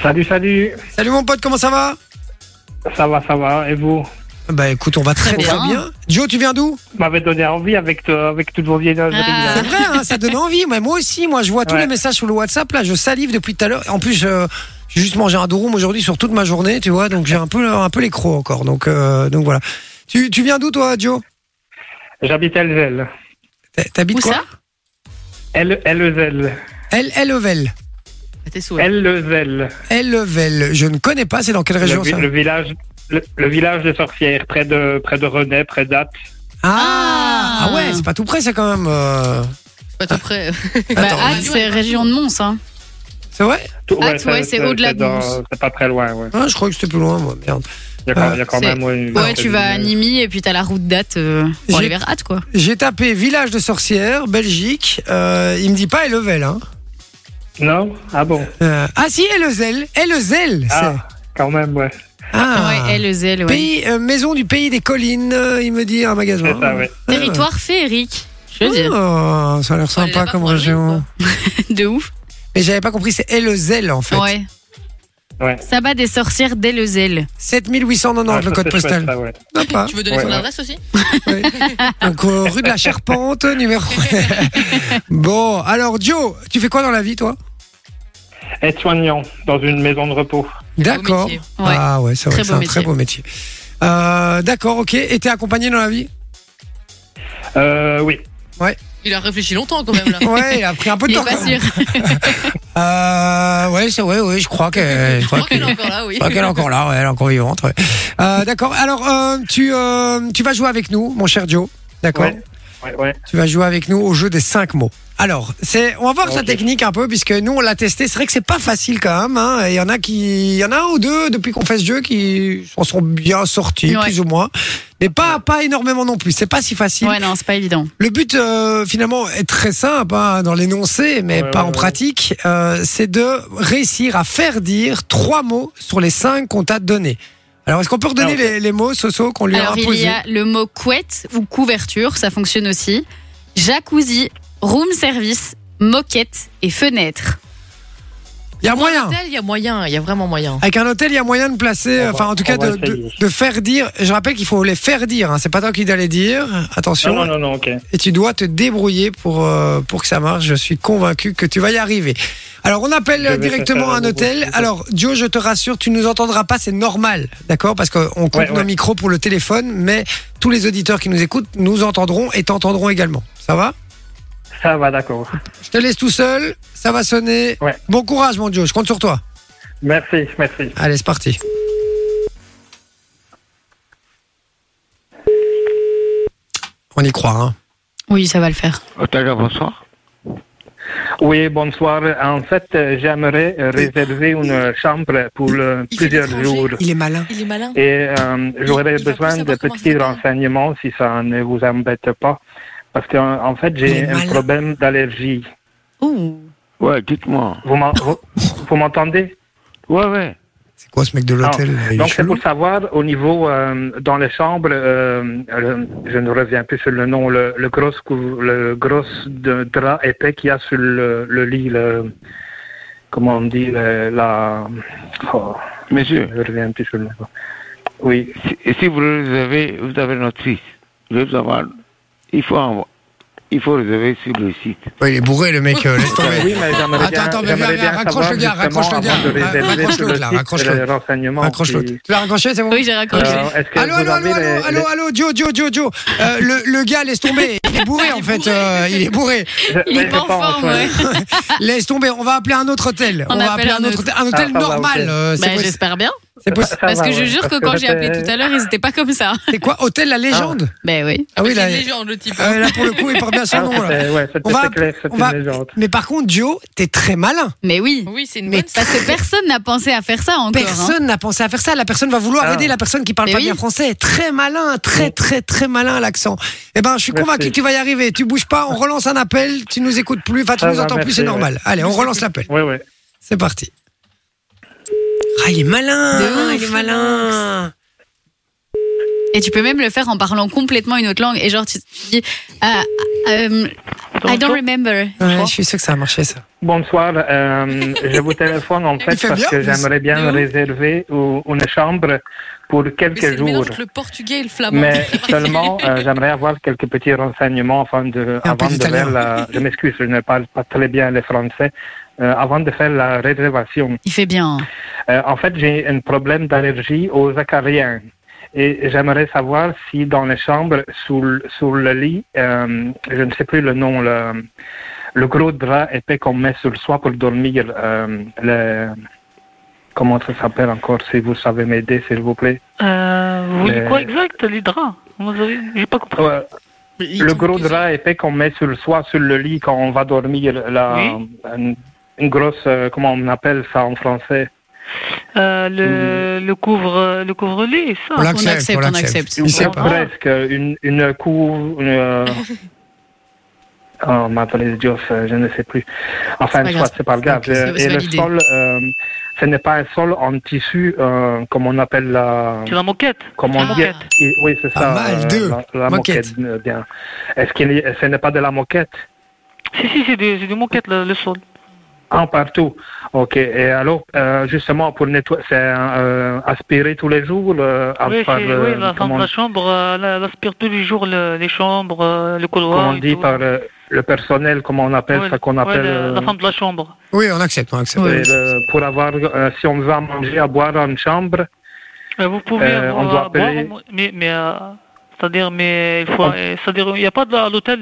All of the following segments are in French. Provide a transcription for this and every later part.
Salut, salut. Salut mon pote, comment ça va? Ça va. Et vous? Bah écoute, on va très bien. Joe, tu viens d'où? Vous m'avez donné envie avec toutes vos viennoiseries. C'est vrai, hein, ça donne envie. Mais moi aussi, je vois tous les messages sur le WhatsApp. Là, je salive depuis tout à l'heure. En plus, j'ai juste mangé un durum aujourd'hui sur toute ma journée, tu vois. Donc j'ai un peu les crocs encore. Donc voilà. Tu viens d'où toi, Joe? J'habite Elzel. T'habites quoi? Elzel. Ellevel. Elzel. Ellevel. Je ne connais pas. C'est dans quelle région ça? Le village de sorcières, près de Renay, près d'Ath. Ah ouais, c'est pas tout près, c'est quand même. C'est pas tout près. Ath, c'est région de Mons, hein. C'est vrai? Ath, ouais, c'est au-delà de Mons. C'est pas très loin, ouais. Ah, je crois que c'était plus loin, moi. Merde. Il y a quand même. Ouais, tu vas à Nîmes et puis t'as la route d'Ath pour aller vers Ath, quoi. J'ai tapé village de sorcières, Belgique. Il me dit pas Ellevel, hein. Non? Ah bon? Si, Ellezel. Ah, quand même, ouais. Ouais, Ellezel, ouais. Maison du pays des collines, il me dit un magasin. C'est ça, ouais. Territoire féerique, je veux dire. Oh, ça a l'air sympa comme région. De ouf. Mais j'avais pas compris, c'est Ellezel en fait. Ouais. Sabbat des sorcières d'Ellezel. 7890 le code postal. Ça, ouais. Sympa. Tu veux donner son adresse aussi? Ouais. Donc rue de la Charpente, numéro. Bon, alors Joe, tu fais quoi dans la vie toi? Aide-soignant dans une maison de repos. D'accord. métier. Ah ouais, c'est vrai, c'est un très beau métier. D'accord, ok. Et t'es accompagné dans la vie? Oui. Ouais. Il a réfléchi longtemps quand même là. Ouais, il a pris un peu de Il temps. est pas sûr. Ouais, c'est vrai, oui, je crois qu'elle Je crois qu'elle est encore là, oui. Je crois qu'elle est encore là, ouais, elle est encore vivante. Ouais. D'accord. Alors, tu vas jouer avec nous, mon cher Joe. D'accord. Ouais. Tu vas jouer avec nous au jeu des 5 mots. Alors, on va voir sa technique un peu, puisque nous on l'a testé. C'est vrai que c'est pas facile quand même. Hein. Il y en a un ou deux depuis qu'on fait ce jeu qui s'en sont bien sortis, plus ou moins. Mais pas énormément non plus. C'est pas si facile. Ouais, non, c'est pas évident. Le but, finalement, est très simple, hein, dans l'énoncé, mais pas en pratique. C'est de réussir à faire dire 3 mots sur les 5 qu'on t'a donnés. Alors, est-ce qu'on peut redonner les mots, Soso, qu'on lui a imposés? Il y a le mot couette ou couverture, ça fonctionne aussi. Jacuzzi, room service, moquette et fenêtre. Il y a moyen. Il y a vraiment moyen. Avec un hôtel, il y a moyen de placer, en tout cas, de faire dire. Je rappelle qu'il faut les faire dire. Hein. C'est pas toi qui dois les dire. Attention. Non, ok. Et tu dois te débrouiller pour que ça marche. Je suis convaincu que tu vas y arriver. Alors, on appelle directement un hôtel. Alors, Joe, je te rassure, tu nous entendras pas, c'est normal, d'accord? Parce qu'on coupe nos micros pour le téléphone, mais tous les auditeurs qui nous écoutent nous entendront et t'entendront également. Ça va? Ça va, d'accord. Je te laisse tout seul, ça va sonner. Ouais. Bon courage, mon Joe, je compte sur toi. Merci. Allez, c'est parti. On y croit, hein? Oui, ça va le faire. Hôtel, bonsoir. Oui, bonsoir. En fait, j'aimerais réserver une chambre pour plusieurs jours. Il est malin. Et j'aurais il va besoin plus de savoir comment petits ça s'appelle. renseignements si ça ne vous embête pas. Parce qu'en fait, j'ai un problème d'allergie. Ouh. Ouais, dites-moi. Vous m'entendez? Ouais. C'est quoi ce mec de l'hôtel? Il est Donc c'est chelou. pour savoir au niveau dans les chambres, je ne reviens plus sur le nom, le gros de drap épais qu'il y a sur le lit, comment on dit, Monsieur, je ne reviens plus sur le nom. Oui. si vous réservez, vous avez notre fils. Je veux savoir, il faut réserver sur le site. Ouais, il est bourré, le mec, laisse tomber. Oui, mais Attends, mais viens, raccroche le gars. Raccroche-le. Raccroche-le. Tu l'as raccroché, c'est bon? Oui, j'ai raccroché. Allô, Joe. Le gars, laisse tomber. Il est bourré, en fait. Il est bourré. Il est pas en forme, ouais. Laisse tomber. On va appeler un autre hôtel. On va appelle appeler un hôtel Ah, ça va, normal. J'espère bien. C'est possible. Parce que je jure que quand j'ai appelé tout à l'heure, ils étaient pas comme ça. C'est quoi, Hôtel La Légende? Ben oui. Ah oui, C'est là. une légende, le type. Là, pour le coup, il porte bien son nom. Là. C'était clair, c'est une légende. Mais par contre, Joe, t'es très malin. Mais oui. Oui, c'est une Mais bonne. Parce que personne n'a pensé à faire ça encore. Personne n'a pensé à faire ça. La personne va vouloir aider la personne qui parle Mais pas oui. bien français. Très malin, très malin l'accent. Eh ben, je suis convaincu que tu vas y arriver. Tu bouges pas, on relance un appel, tu nous écoutes plus, enfin tu nous entends plus, c'est normal. Allez, on relance l'appel. Oui. C'est parti. Ah, il est malin. De ouf. Il est malin. Et tu peux même le faire en parlant complètement une autre langue. Et genre, tu dis, I don't remember. Ouais, je suis sûr que ça a marché, ça. Bonsoir, je vous téléphone en fait fait parce bien, que j'aimerais bien réserver une chambre pour Mais quelques c'est le jours. mélange entre le portugais et le flamand. Mais seulement, j'aimerais avoir quelques petits renseignements avant de d'italien. faire la... Je m'excuse, je ne parle pas très bien le français. Avant de faire la réservation. Il fait bien. En fait, j'ai un problème d'allergie aux acariens. Et j'aimerais savoir si dans les chambres, sous le lit, je ne sais plus le nom, le gros drap épais qu'on met sur le soir pour dormir, comment ça s'appelle encore, si vous savez m'aider, s'il vous plaît. Vous voulez quoi exact, les draps? J'ai pas compris. Le gros drap épais qu'on met sur le soir sur le lit quand on va dormir, une grosse, comment on appelle ça en français? Le couvre-lit, ça. On l'accepte. Il sait pas. Presque, une oh, m'appelez Dios, je ne sais plus. Enfin, soit, c'est pas grave. Et le sol, ce n'est pas un sol en tissu, comme on appelle la... C'est la moquette. Comment on dit? Oui, c'est ça. La moquette. Bien. Est-ce que ce n'est pas de la moquette? Si, c'est du moquette, le sol. Ah, partout. Ok. Et alors, justement, pour nettoyer, c'est aspirer tous les jours oui, la femme de la chambre, elle aspire tous les jours les chambres, le couloir. Comment on dit par le personnel, comment on appelle ça qu'on appelle la femme de la chambre. Oui, on accepte. Pour avoir, si on veut à manger, à boire en chambre, vous pouvez on doit appeler. Boire, mais il faut, c'est-à-dire, il n'y a pas à l'hôtel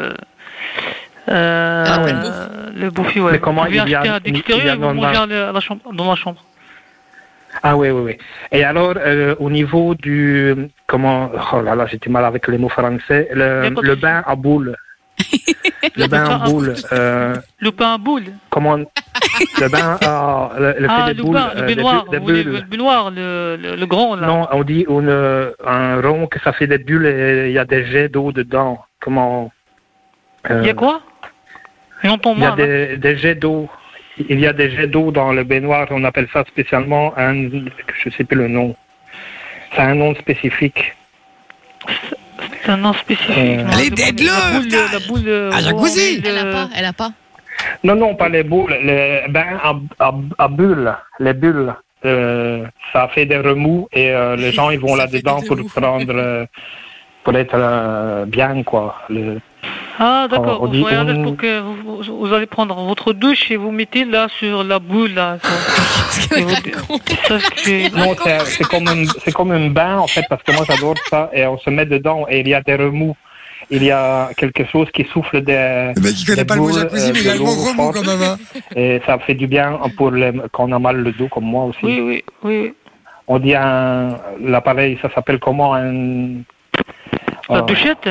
le buffet, ouais. Mais comment il y a d'extérieur, vous mangez dans la chambre. Ah oui. Et alors, au niveau du... Comment... Oh là là, j'ai du mal avec les mots français. Le bain à boules. Le bain à boules. Le bain à boules. Comment... Le bain à... le baignoire. Le baignoire, le grand, là. Non, on dit un rond que ça fait des bulles et il y a des jets d'eau dedans. Comment... Il y a quoi? Il y a des jets d'eau. Il y a des jets d'eau dans le baignoire. On appelle ça spécialement je ne sais plus le nom. C'est un nom spécifique. C'est un nom spécifique. Allez, aide-le! La boule. Ah, jacuzzi! Elle a pas. Non, pas les boules. Les bains à bulles. Les bulles. Ça fait des remous et les gens ils vont là-dedans pour prendre... pour être bien, quoi. Ah, d'accord. Pour que vous allez prendre votre douche et vous mettez là sur la boule, là. Non, c'est comme un bain, en fait, parce que moi, j'adore ça. Et on se met dedans et il y a des remous. Il y a quelque chose qui souffle des... Le mec, il connaît pas le mot jacuzzi, mais il a le mot remous, quand même. Et ça fait du bien pour quand on a mal le dos, comme moi aussi. Oui. On dit l'appareil, ça s'appelle comment? La douchette.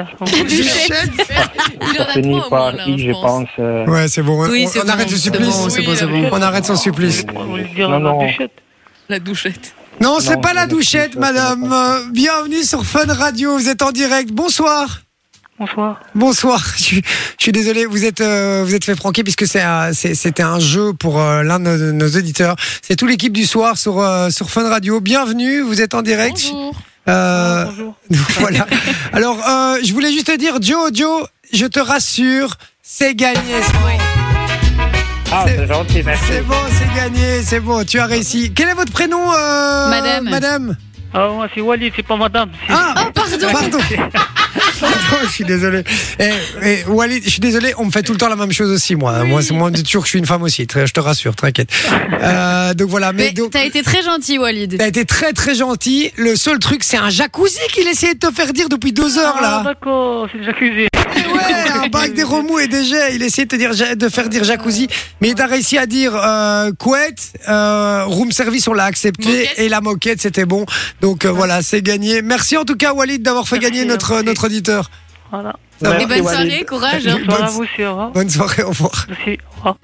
Ça finit par I, je pense. Ouais, c'est bon. Oui, on arrête le supplice. C'est bon. On arrête son supplice. La douchette. Non, c'est pas la douchette, madame. Bienvenue sur Fun Radio. Vous êtes en direct. Bonsoir. Bonsoir. Je suis désolé. Vous êtes fait franquer puisque c'était un jeu pour l'un de nos auditeurs. C'est toute l'équipe du soir sur Fun Radio. Bienvenue. Vous êtes en direct. Bonjour. Bonjour. Voilà. Alors, je voulais juste te dire, Joe, je te rassure, c'est gagné. Ah, c'est gentil, merci. C'est bon, c'est gagné, c'est bon, tu as réussi. Quel est votre prénom, madame? Ah, moi, c'est Walid, c'est pas madame. Pardon. Je suis désolé. Walid, je suis désolé, on me fait tout le temps la même chose aussi, moi. Oui. Moi, on dit toujours que je suis une femme aussi, je te rassure, t'inquiète. Donc voilà. Mais t'as été très gentil, Walid. T'as été très très gentil. Le seul truc, c'est un jacuzzi qu'il essayait de te faire dire depuis 2 heures, là. Ah, d'accord, c'est le jacuzzi. Ouais, un bac des remous et des jets. Il essayait de faire dire jacuzzi. Mais t'as réussi à dire couette, room service, on l'a accepté. Moquette. Et la moquette, c'était bon. Donc voilà, c'est gagné. Merci en tout cas, Walid, d'avoir fait gagner notre auditeur. Voilà. Et bonne soirée, courage. Bonne soirée à vous aussi, au revoir. Bonne soirée, au revoir. Merci, au revoir.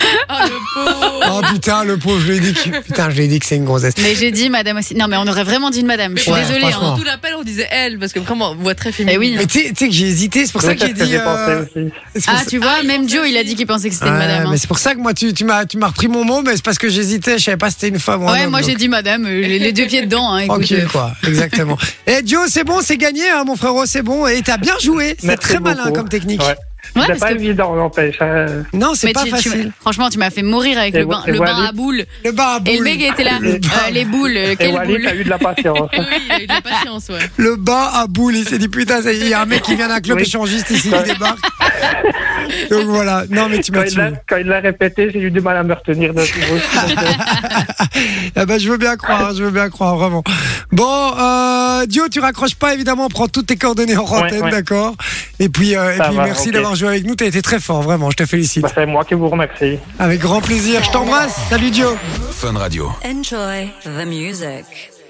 Oh, le pauvre. Oh putain, le pauvre, je lui ai dit que c'est une grossesse. Mais j'ai dit madame aussi. Non, mais on aurait vraiment dit une madame. Je suis désolée. Dans tout l'appel, on disait elle, parce que vraiment, voix très féminine. Oui. Mais tu sais que j'ai hésité, c'est pour ça que j'ai dit. Tu vois, même Joe, il a dit qu'il pensait que c'était une madame. Mais c'est pour ça que moi, tu m'as repris mon mot, mais c'est parce que j'hésitais, je savais pas si c'était une femme ou un homme. Moi j'ai dit madame, les deux pieds dedans. Tranquille, quoi, exactement. Et Joe, c'est bon, c'est gagné, hein, mon frérot, c'est bon. Et t'as bien joué, c'est très malin comme technique. Ouais, c'est pas évident, n'empêche. Non, c'est pas facile. Franchement, tu m'as fait mourir avec le bain à boules. Le bain à boules. Et le mec était là, les boules, quelles boules. Il a eu de la patience. Oui, il a eu de la patience, ouais. Le bain à boules, il s'est dit putain, il y a un mec qui vient d'un club échangiste ici, qui débarque. Donc voilà, non mais tu m'as tué. Quand il l'a répété, j'ai eu du mal à me retenir de Ah bah, je veux bien croire, vraiment. Bon, Dio, tu raccroches pas évidemment, prends toutes tes coordonnées en antenne, d'accord. Et puis merci d'avoir joué avec nous, t'as été très fort, vraiment, je te félicite. C'est moi qui vous remercie. Avec grand plaisir, je t'embrasse, salut Dio. Fun Radio. Enjoy the music.